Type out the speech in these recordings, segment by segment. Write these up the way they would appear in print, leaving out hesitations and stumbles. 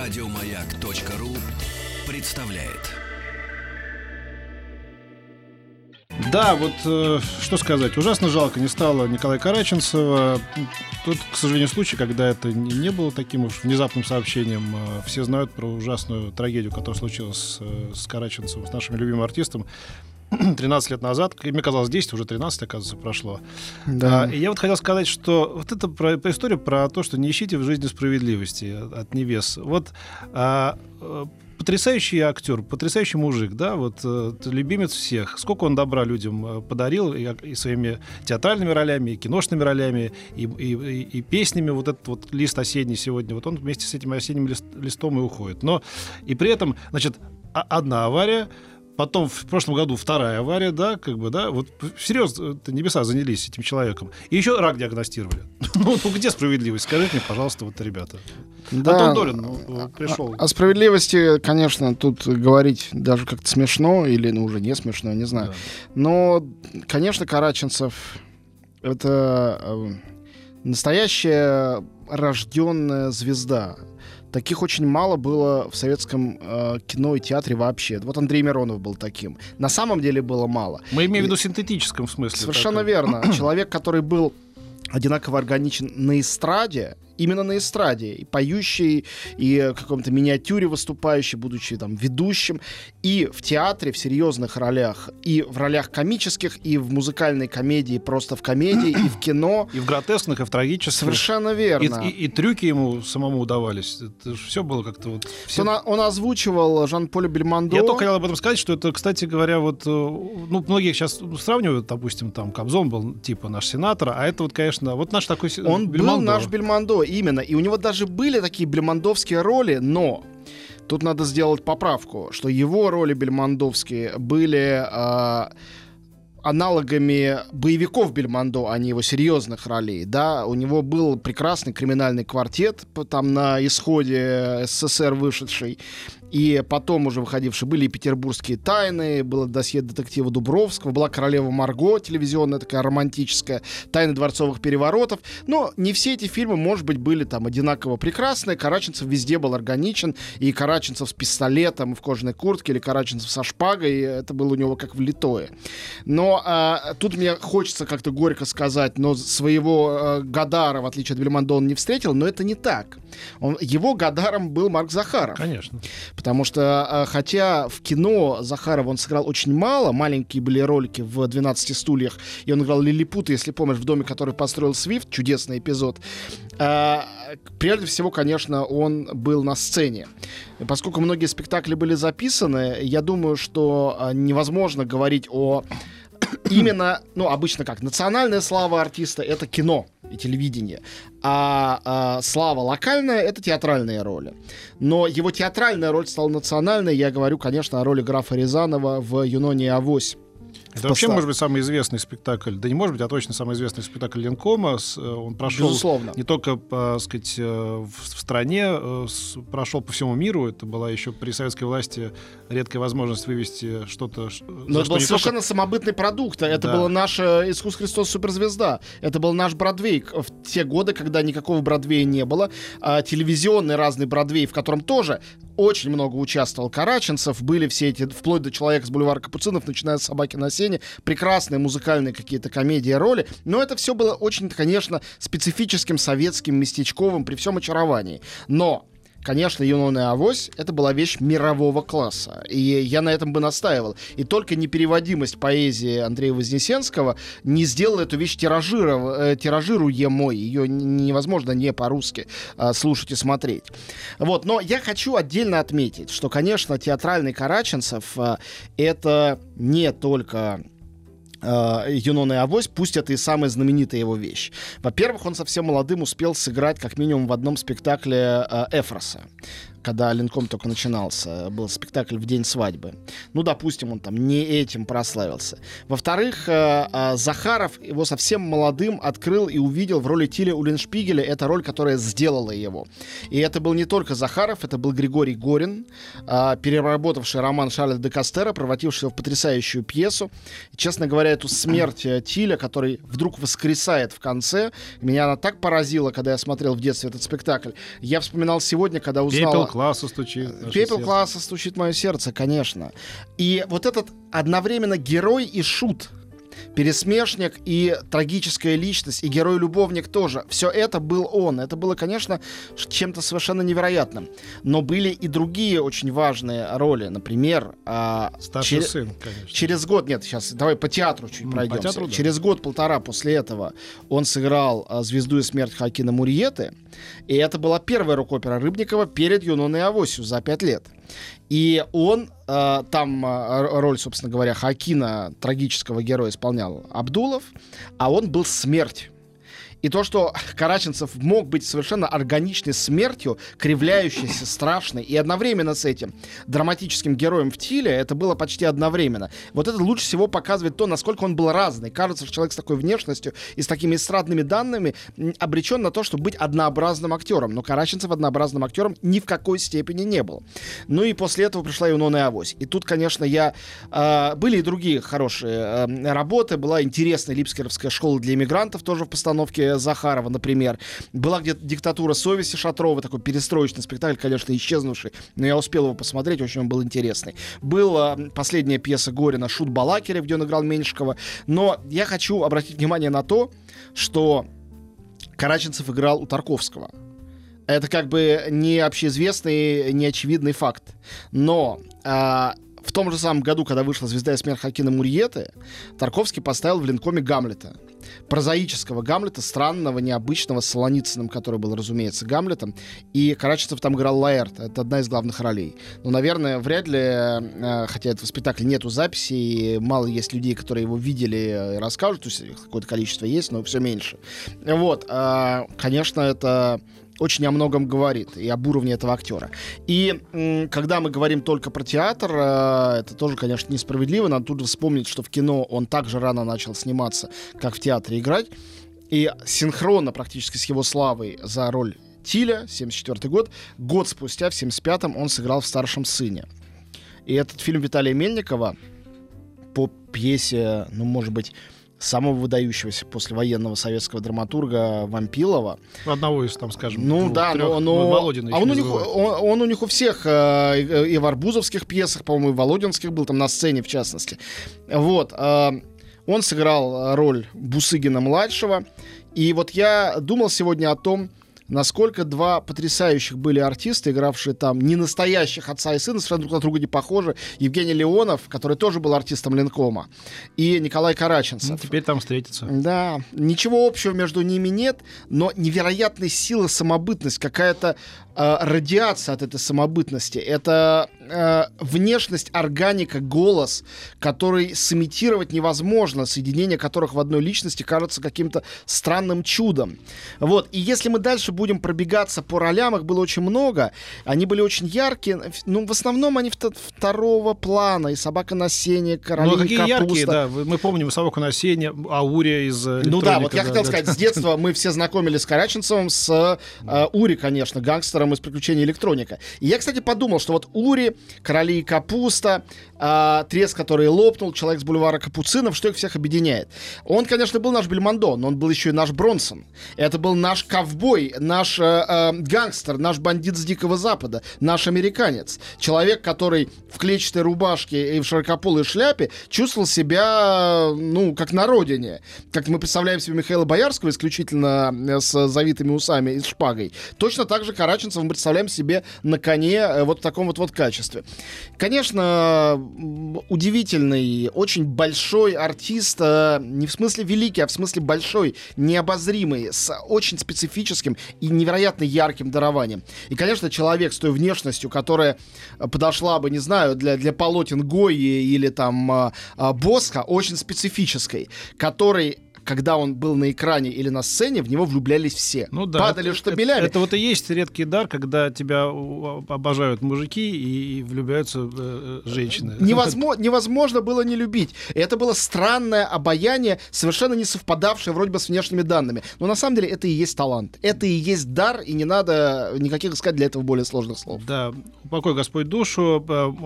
Радиомаяк.ру представляет. Да, вот что сказать. Ужасно жалко, не стало Николая Караченцева. Тут, к сожалению, случай, когда это не было таким уж внезапным сообщением. Все знают про ужасную трагедию, которая случилась с Караченцевым, с нашим любимым артистом 13 лет назад. Мне казалось, 10, уже 13, оказывается, прошло. Да. И я вот хотел сказать, что вот это про историю про то, что не ищите в жизни справедливости от небес. Вот потрясающий актер, потрясающий мужик, да, вот любимец всех. Сколько он добра людям подарил и своими театральными ролями, и киношными ролями, и песнями. Вот этот вот лист осенний сегодня, вот он вместе с этим осенним листом и уходит. Но и при этом, значит, одна авария, потом в прошлом году вторая авария, да, как бы, да, вот серьезно, небеса занялись этим человеком. И еще рак диагностировали. Ну, где справедливость? Скажите мне, пожалуйста, вот, ребята. Да. Антон Долин пришел. О справедливости, конечно, тут говорить даже как-то смешно, или уже не смешно, не знаю. Да. Но, конечно, Караченцев — это настоящая рожденная звезда. Таких очень мало было в советском кино и театре вообще. Вот Андрей Миронов был таким. На самом деле было мало. Мы имеем в виду в синтетическом смысле. Совершенно так. верно. Человек, который был одинаково органичен на эстраде, именно на эстраде, и поющий, и в каком-то миниатюре выступающий, будучи там ведущим, и в театре в серьезных ролях, и в ролях комических, и в музыкальной комедии, просто в комедии, и в кино. И в гротескных, и в трагических. Совершенно верно. И трюки ему самому удавались. Это все было как-то вот... Все... Он озвучивал Жан-Поля Бельмондо. Я только хотел об этом сказать, что это, кстати говоря, вот... Ну, многие сейчас сравнивают, допустим, там, Кобзон был типа наш сенатор, а это вот, конечно, вот наш такой Он Бельмондо. был наш Бельмондо, именно. И у него даже были такие бельмондовские роли, но тут надо сделать поправку, что его роли бельмондовские были аналогами боевиков Бельмондо, а не его серьезных ролей. Да, у него был прекрасный криминальный квартет, там на исходе СССР вышедший, и потом уже выходившие были и «Петербургские тайны», было досье детектива Дубровского, была «Королева Марго», телевизионная такая романтическая, «Тайны дворцовых переворотов». Но не все эти фильмы, может быть, были там одинаково прекрасные. Караченцев везде был органичен, и Караченцев с пистолетом в кожаной куртке, или Караченцев со шпагой, это было у него как влитое. Но тут мне хочется как-то горько сказать, но своего Годара, в отличие от Бельмондо, он не встретил, но это не так. Его Годаром был Марк Захаров. Конечно. Потому что, хотя в кино Захарова он сыграл очень мало, маленькие были ролики в «12 стульях», и он играл Лилипута, если помнишь, в доме, который построил Свифт, чудесный эпизод. Прежде всего, конечно, он был на сцене. Поскольку многие спектакли были записаны, я думаю, что невозможно говорить о... Именно, ну, обычно как, национальная слава артиста — это кино и телевидение, а слава локальная — это театральные роли. Но его театральная роль стала национальной. Я говорю, конечно, о роли графа Рязанова в «Юноне и Авось». Это вообще, может быть, самый известный спектакль, да не может быть, а точно самый известный спектакль Ленкома. Он прошел Безусловно. Не только, так сказать, в стране, прошел по всему миру. Это была еще при советской власти редкая возможность вывести что-то. Но это был совершенно самобытный продукт. Это было наше «Иисус Христос суперзвезда». Это был наш Бродвей. В те годы, когда никакого Бродвея не было, телевизионный разный Бродвей, в котором тоже очень много участвовал Караченцев, были все эти, вплоть до «Человека с бульвара Капуцинов», начиная с «Собаки на сене», прекрасные музыкальные какие-то комедии, роли, но это все было очень, конечно, специфическим, советским, местечковым, при всем очаровании. Но, конечно, «Юнона и Авось» — это была вещь мирового класса, и я на этом бы настаивал. И только непереводимость поэзии Андрея Вознесенского не сделала эту вещь тиражируемой. Ее невозможно не по-русски слушать и смотреть. Вот. Но я хочу отдельно отметить, что, конечно, театральный Караченцев — это не только «Юнона и Авось», пусть это и самая знаменитая его вещь. Во-первых, он совсем молодым успел сыграть как минимум в одном спектакле Эфроса, когда Ленком только начинался. Был спектакль «В день свадьбы». Ну, допустим, он там не этим прославился. Во-вторых, Захаров его совсем молодым открыл и увидел в роли Тиля Уллиншпигеля. Это роль, которая сделала его. И это был не только Захаров, это был Григорий Горин, переработавший роман Шарля де Кастера, превративший его в потрясающую пьесу. И, честно говоря, эту смерть Тиля, который вдруг воскресает в конце, меня она так поразила, когда я смотрел в детстве этот спектакль. Я вспоминал сегодня, когда узнал класса стучит. Пепел класса стучит мое сердце, конечно. И вот этот одновременно герой и шут, пересмешник и трагическая личность, и герой-любовник тоже. Все это был он. Это было, конечно, чем-то совершенно невероятным. Но были и другие очень важные роли. Например, старший сын, конечно. Через год, нет, сейчас давай по театру чуть пройдемся. По театру, да. Через год-полтора после этого он сыграл «Звезду и смерть» Хоакина Мурьеты. И это была первая рок-опера Рыбникова перед «Юноной и Авосью» за 5 лет. И он там роль, собственно говоря, Хоакина, трагического героя, исполнял Абдулов, а он был смерть. И то, что Караченцев мог быть совершенно органичной смертью, кривляющейся, страшной, и одновременно с этим драматическим героем в Тиле, это было почти одновременно. Вот это лучше всего показывает то, насколько он был разный. Кажется, что человек с такой внешностью и с такими эстрадными данными обречен на то, чтобы быть однообразным актером. Но Караченцев однообразным актером ни в какой степени не был. Ну и после этого пришла «Юнона и Авось». И тут, конечно, были и другие хорошие работы. Была интересная Липскеровская школа для иммигрантов, тоже в постановке Захарова, например. Была где-то «Диктатура совести» Шатрова, такой перестроечный спектакль, конечно, исчезнувший, но я успел его посмотреть, очень он был интересный. Была последняя пьеса Горина «Шут Балакирев», где он играл Меньшикова. Но я хочу обратить внимание на то, что Караченцев играл у Тарковского. Это как бы не общеизвестный, не очевидный факт. Но в том же самом году, когда вышла «Звезда и смерть» Хоакина Мурьеты, Тарковский поставил в Ленкоме Гамлета. Прозаического Гамлета, странного, необычного, с Солоницыным, который был, разумеется, Гамлетом. И Караченцев там играл Лаэрта. Это одна из главных ролей. Но, наверное, вряд ли, хотя этого спектакля нету записи, и мало есть людей, которые его видели и расскажут, то есть какое-то количество есть, но все меньше. Вот. Конечно, это очень о многом говорит и об уровне этого актера. И когда мы говорим только про театр, это тоже, конечно, несправедливо. Надо тут вспомнить, что в кино он так же рано начал сниматься, как в театре играть. И синхронно практически с его славой за роль Тиля, 1974 год спустя, в 1975-м, он сыграл в «Старшем сыне». И этот фильм Виталия Мельникова по пьесе, ну, может быть, самого выдающегося послевоенного советского драматурга Вампилова. Одного из, там, скажем, ну да, но Володина еще он у них у всех и в арбузовских пьесах, по-моему, и в володинских был, там на сцене в частности. Вот. Он сыграл роль Бусыгина-младшего. И вот я думал сегодня о том, насколько два потрясающих были артиста, игравшие там не настоящих отца и сына, совершенно друг на друга не похожи. Евгений Леонов, который тоже был артистом Ленкома, и Николай Караченцев. Ну, теперь там встретятся. Да, ничего общего между ними нет, но невероятная сила, самобытность, какая-то радиация от этой самобытности. Это внешность, органика, голос, который сымитировать невозможно, соединение которых в одной личности кажется каким-то странным чудом. Вот. И если мы дальше будем пробегаться по ролям, их было очень много, они были очень яркие, ну, в основном они второго плана, и «Собака на сене», «Короли и капуста». Какие яркие, да, мы помним «Собаку на сене», Аурия из «Электроника». Ну да, вот я хотел сказать, с детства мы все знакомились с Караченцевым, с Ури, конечно, гангстером из «Приключений электроника». И я, кстати, подумал, что вот Ури, «Короли и капуста», «Треск, который лопнул», «Человек с бульвара Капуцинов», что их всех объединяет? Он, конечно, был наш Бельмондо, но он был еще и наш Бронсон. Это был наш ковбой, наш гангстер, наш бандит с Дикого Запада, наш американец. Человек, который в клетчатой рубашке и в широкополой шляпе чувствовал себя, ну, как на родине. Как мы представляем себе Михаила Боярского исключительно с завитыми усами и с шпагой. Точно так же Караченцева мы представляем себе на коне вот в таком вот качестве. Конечно, удивительный, очень большой артист, не в смысле великий, а в смысле большой, необозримый, с очень специфическим и невероятно ярким дарованием. И, конечно, человек с той внешностью, которая подошла бы, не знаю, для полотен Гойи или там Босха, очень специфической, который, когда он был на экране или на сцене, в него влюблялись все. Ну, да, падали штабелями. Это вот и есть редкий дар, когда тебя обожают мужики и влюбляются женщины. Невозможно было не любить. И это было странное обаяние, совершенно не совпадавшее вроде бы с внешними данными. Но на самом деле это и есть талант. Это и есть дар, и не надо никаких искать для этого более сложных слов. Да, упокой Господь душу.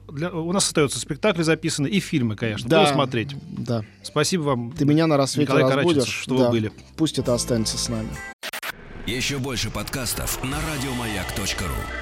У нас остаются спектакли записаны и фильмы, конечно. Да. Буду смотреть. Да. Спасибо вам. Ты меня на рассвете разбудишь, что вы были. Пусть это останется с нами. Еще больше подкастов на радиомаяк.ру.